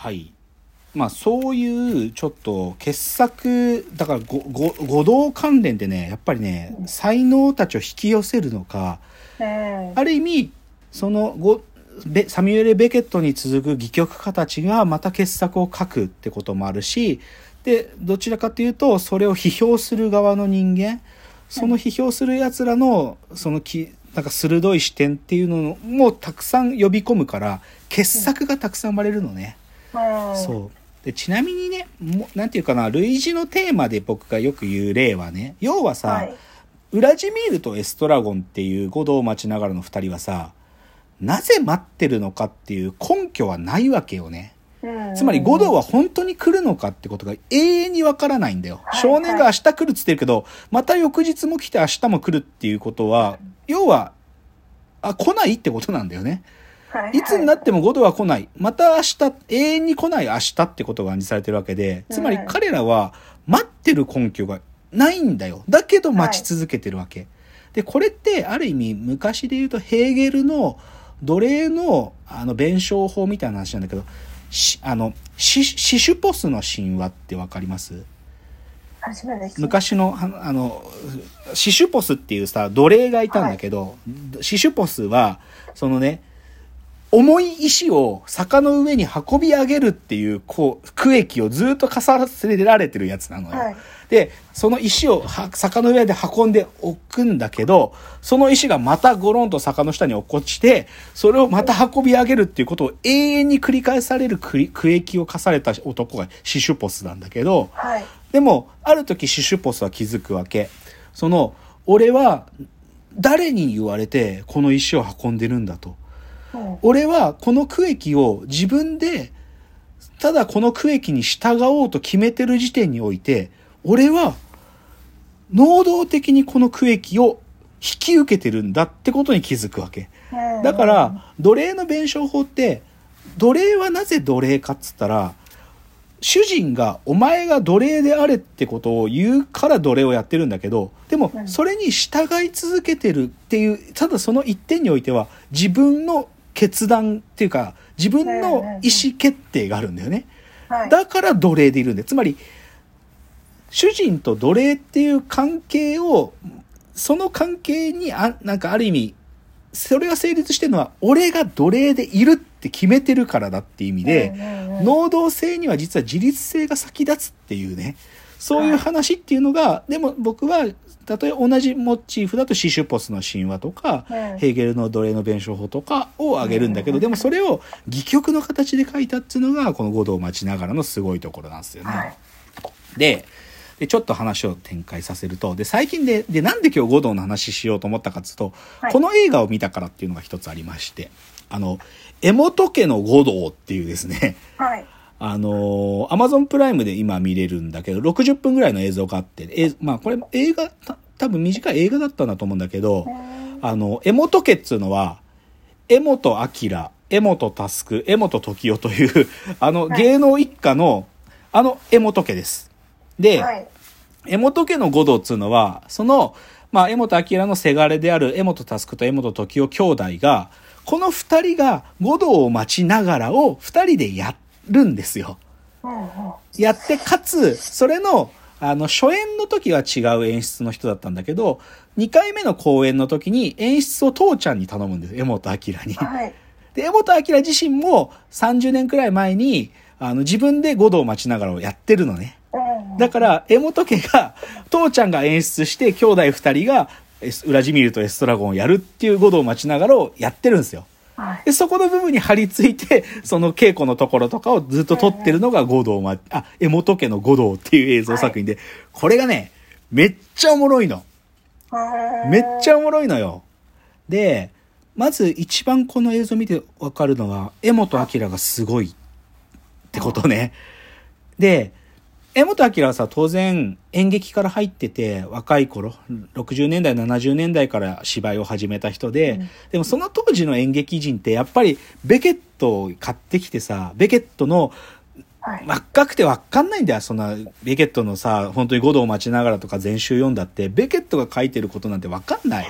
はい。まあそういうちょっと傑作、だから五道関連でね、やっぱりね、才能たちを引き寄せるのか、ある意味、そのサミュエル・ベケットに続く戯曲家たちがまた傑作を書くってこともあるし、で、どちらかというと、それを批評する側の人間、その批評する奴らの、なんか鋭い視点っていうのもたくさん呼び込むから、傑作がたくさん生まれるのね。そう。でちなみにね、なんていうかな、類似のテーマで僕がよく言う例はね、要はさ、ウラジミールとエストラゴンっていう五道を待ちながらの二人はさ、なぜ待ってるのかっていう根拠はないわけよね。つまり五道は本当に来るのかってことが永遠にわからないんだよ。少年が明日来るっつってるけど、また翌日も来て明日も来るっていうことは、要は、来ないってことなんだよね。いつになっても五道は来ない。また明日、永遠に来ない明日ってことが暗示されてるわけで、つまり彼らは待ってる根拠がないんだよ。だけど待ち続けてるわけ。で、これってある意味昔で言うとヘーゲルの奴隷の弁証法みたいな話なんだけど、シシュポスの神話ってわかります？昔のシシュポスっていうさ奴隷がいたんだけど、シシュポスはそのね、重い石を坂の上に運び上げるっていう区域をずっと重ねられてるやつなのよ。で、その石を坂の上で運んでおくんだけど、その石がまたゴロンと坂の下に落っこちて、それをまた運び上げるっていうことを永遠に繰り返される区域を課された男がシシュポスなんだけど、でも、ある時シシュポスは気づくわけ。俺は誰に言われてこの石を運んでるんだと。俺はこの区域を自分でただこの区域に従おうと決めてる時点において、俺は能動的にこの区域を引き受けてるんだってことに気づくわけ。だから奴隷の弁証法って、奴隷はなぜ奴隷かっつったら、主人がお前が奴隷であれってことを言うから奴隷をやってるんだけど、でもそれに従い続けてるっていう、ただその一点においては自分の決断っていうか自分の意思決定があるんだよね。だから奴隷でいるんだよ。つまり主人と奴隷っていう関係を、その関係になんかある意味それが成立してるのは俺が奴隷でいるって決めてるからだっていう意味で、能動性には実は自律性が先立つっていうね、そういう話っていうのが、でも僕はたとえ同じモチーフだとシシュポスの神話とか、ヘーゲルの奴隷の弁証法とかを挙げるんだけど、でもそれを戯曲の形で書いたっていうのがこの五道を待ちながらのすごいところなんですよね。でちょっと話を展開させると、で最近でなんで今日五道の話しようと思ったかっていうと、この映画を見たからっていうのが一つありまして、江本家の五道っていうですね、Amazon プライムで今見れるんだけど、60分ぐらいの映像があって、まあこれ映画多分短い映画だったんだと思うんだけど、江本家っていうのは江本明、江本佑、江本時生という芸能一家の江本家です。で、江本家の五道っていうのはまあ江本明のせがれである江本佑と江本時生兄弟が、この二人が五道を待ちながらを二人でやるんですよ。やって、かつそれの初演の時は違う演出の人だったんだけど、2回目の公演の時に演出を父ちゃんに頼むんです、江本明に。で江本明自身も30年くらい前に自分で五道を待ちながらをやってるのね。だから江本家が父ちゃんが演出して兄弟2人がウラジミールとエストラゴンをやるっていう五道を待ちながらをやってるんですよ。でそこの部分に張り付いてその稽古のところとかをずっと撮ってるのが江本家の五道っていう映像作品で、これがねめっちゃおもろいの。めっちゃおもろいのよ。でまず一番この映像見てわかるのは江本明がすごいってことね。で江本明はさ、当然演劇から入ってて、若い頃60年代70年代から芝居を始めた人で、でもその当時の演劇人ってやっぱりベケットを買ってきてさ、ベケットの若くてわかんないんだよ。そんなベケットのさ、本当に五道を待ちながらとか全集読んだってベケットが書いてることなんてわかんない。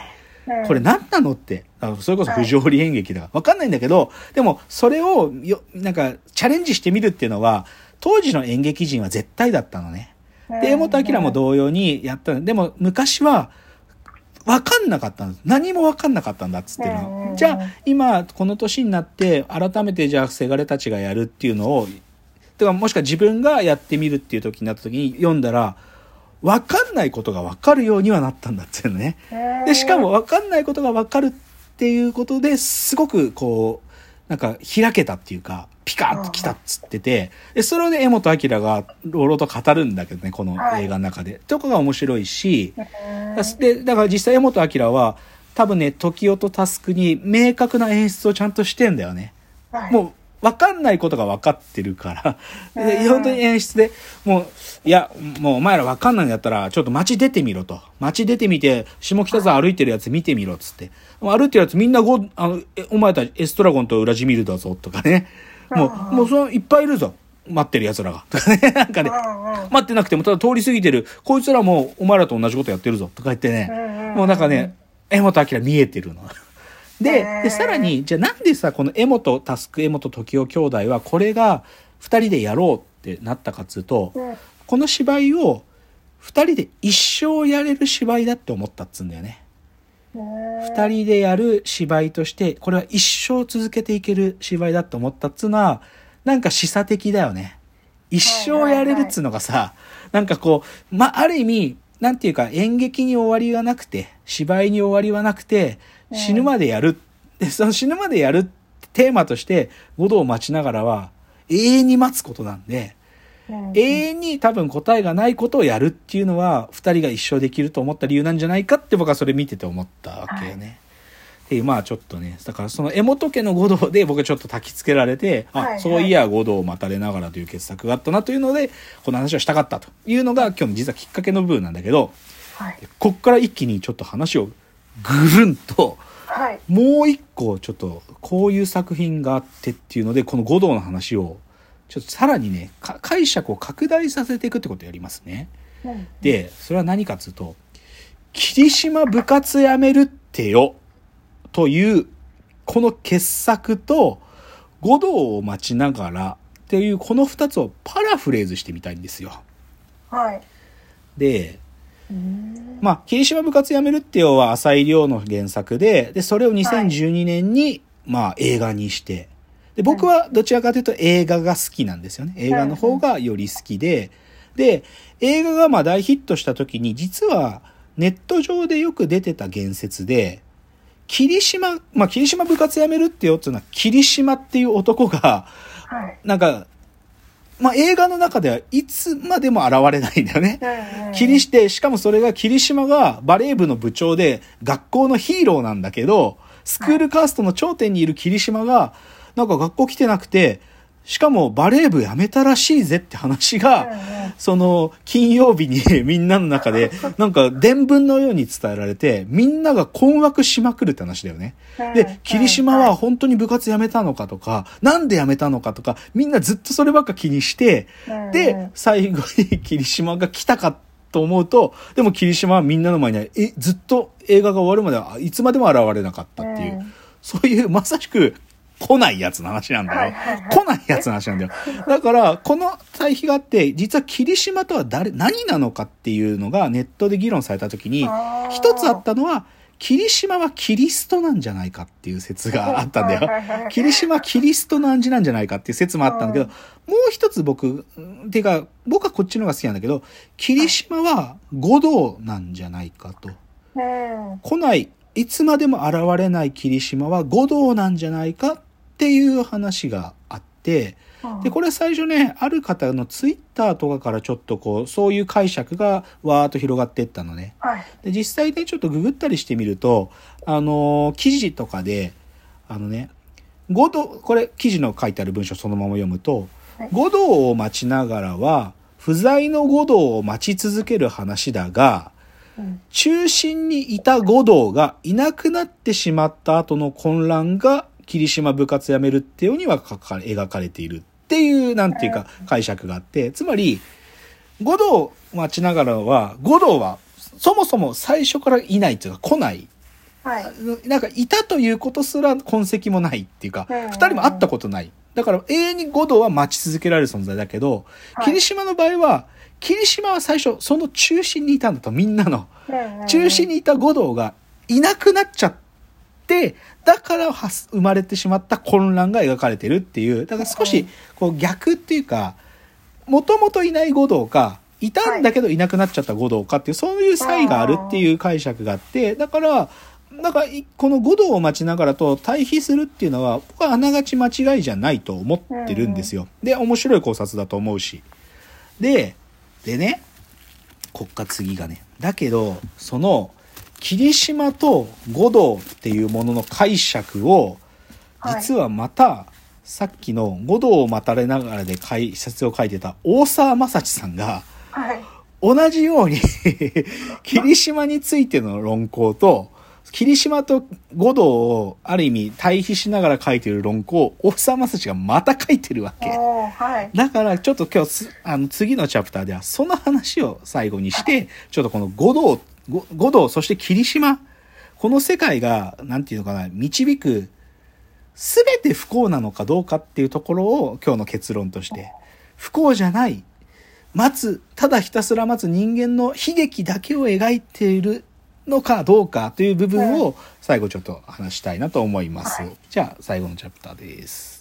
これ何なのって。それこそ不条理演劇だ。わかんないんだけど、でもそれをなんかチャレンジしてみるっていうのは、当時の演劇人は絶対だったのね。で、柄本明も同様にやったの。でも昔は、わかんなかったんです。何もわかんなかったんだっつってるの。じゃあ、今、この年になって、改めてじゃあ、せがれたちがやるっていうのを、てかもしくは自分がやってみるっていう時になった時に読んだら、わかんないことがわかるようにはなったんだっていうのね。で、しかもわかんないことがわかるっていうことですごくこう、なんか開けたっていうか、ピカッと来たっつってて、で、それをね、柄本明が朗々と語るんだけどね、この映画の中で。とかが面白いし、で、だから実際柄本明は、多分ね、時代とタスクに明確な演出をちゃんとしてんだよね。もう、わかんないことが分かってるから。で、本当に演出で、もう、いや、もうお前らわかんないんだったら、ちょっと街出てみろと。街出てみて、下北沢歩いてるやつ見てみろっつって。歩いてるやつみんなお前たちエストラゴンとウラジミルだぞとかね。もうそのいっぱいいるぞ。待ってる奴らが。とかね。なんかね、待ってなくてもただ通り過ぎてる。こいつらもお前らと同じことやってるぞ。とか言ってね。もうなんかね、柄本明見えてるの。で、さらに、じゃあなんでさ、この柄本佑、柄本時生兄弟はこれが二人でやろうってなったかっつうと、この芝居を二人で一生やれる芝居だって思ったっつうんだよね。二人でやる芝居として、これは一生続けていける芝居だって思ったっつうのは、なんか示唆的だよね。一生やれるっつうのがさ、なんかこう、ある意味、なんていうか演劇に終わりがなくて、芝居に終わりはなくて、死ぬまでやる。で、その死ぬまでやるテーマとして、五道を待ちながらは、永遠に待つことなんで、永遠に多分答えがないことをやるっていうのは、二人が一生できると思った理由なんじゃないかって僕はそれ見てて思ったわけよね。で、まあちょっとね、だからその柄本家の五道で僕はちょっと焚き付けられて、そういや五道を待たれながらという傑作があったなというので、この話をしたかったというのが今日の実はきっかけの部分なんだけど、こっから一気にちょっと話をぐるんと、もう一個ちょっとこういう作品があってっていうので、この五道の話をちょっとさらにね、解釈を拡大させていくってことをやりますね。で、それは何かというと、霧島部活やめるってよというこの傑作と、五道を待ちながらっていうこの二つをパラフレーズしてみたいんですよ。で、霧島部活やめるってよは浅井亮の原作で、それを2012年に、映画にして、で、僕はどちらかというと映画が好きなんですよね。映画の方がより好きで、で、映画が大ヒットした時に、実はネット上でよく出てた言説で、霧島部活やめるってよっていうのは、霧島っていう男が、なんか、映画の中ではいつまでも現れないんだよね。しかもそれが霧島がバレー部の部長で学校のヒーローなんだけど、スクールカーストの頂点にいる霧島が、なんか学校来てなくて、しかもバレー部辞めたらしいぜって話が、その金曜日にみんなの中でなんか伝聞のように伝えられて、みんなが困惑しまくるって話だよね。で、霧島は本当に部活辞めたのかとか、なんで辞めたのかとか、みんなずっとそればっか気にして、で、最後に霧島が来たかと思うと、でも霧島はみんなの前にずっと映画が終わるまではいつまでも現れなかったっていう、そういうまさしく来ないやつの話なんだよ。来ないやつの話なんだよ。だから、この対比があって、実は霧島とは何なのかっていうのがネットで議論されたときに、一つあったのは、霧島はキリストなんじゃないかっていう説があったんだよ。霧島はキリストの暗示なんじゃないかっていう説もあったんだけど、もう一つ僕はこっちの方が好きなんだけど、霧島は五道なんじゃないかと。来ない、いつまでも現れない霧島は五道なんじゃないかっていう話があって、で、これ最初ね、ある方のツイッターとかからちょっとそういう解釈がわーっと広がっていったのね。で、実際ね、ちょっとググったりしてみると、記事とかで、これ記事の書いてある文章そのまま読むと、五道を待ちながらは、不在の五道を待ち続ける話だが、中心にいた五道がいなくなってしまった後の混乱が霧島部活やめるっていうには描かれているっていうなんていうか解釈があって、つまり五道を待ちながらは、五道はそもそも最初からいないっていうか来ないはい、 なんかいたということすら痕跡もないっていうか、二人も会ったことない。だから永遠に五道は待ち続けられる存在だけど、はい、霧島の場合は、霧島は最初その中心にいたんだと、みんなの。中心にいた五道がいなくなっちゃって、だから生まれてしまった混乱が描かれてるっていう、だから少しこう逆っていうか、もともといない五道か、いたんだけどいなくなっちゃった五道かっていう、そういう差異があるっていう解釈があって、だから、なんかこの五道を待ちながらと対比するっていうのは、僕はあながち間違いじゃないと思ってるんですよ。で、面白い考察だと思うし。でね、こっから次がね。だけど、その、霧島と五道っていうものの解釈を、実はまた、さっきの五道を待たれながらで解説を書いてた大沢正知さんが、同じように霧島についての論考と、霧島と五道をある意味対比しながら書いている論考を大沢正知がまた書いてるわけ。だからちょっと今日次のチャプターではその話を最後にして、ちょっとこの五道、そして霧島、この世界が、なんていうのかな、導く、すべて不幸なのかどうかっていうところを今日の結論として、不幸じゃない、ただひたすら待つ人間の悲劇だけを描いているのかどうかという部分を最後ちょっと話したいなと思います。じゃあ最後のチャプターです。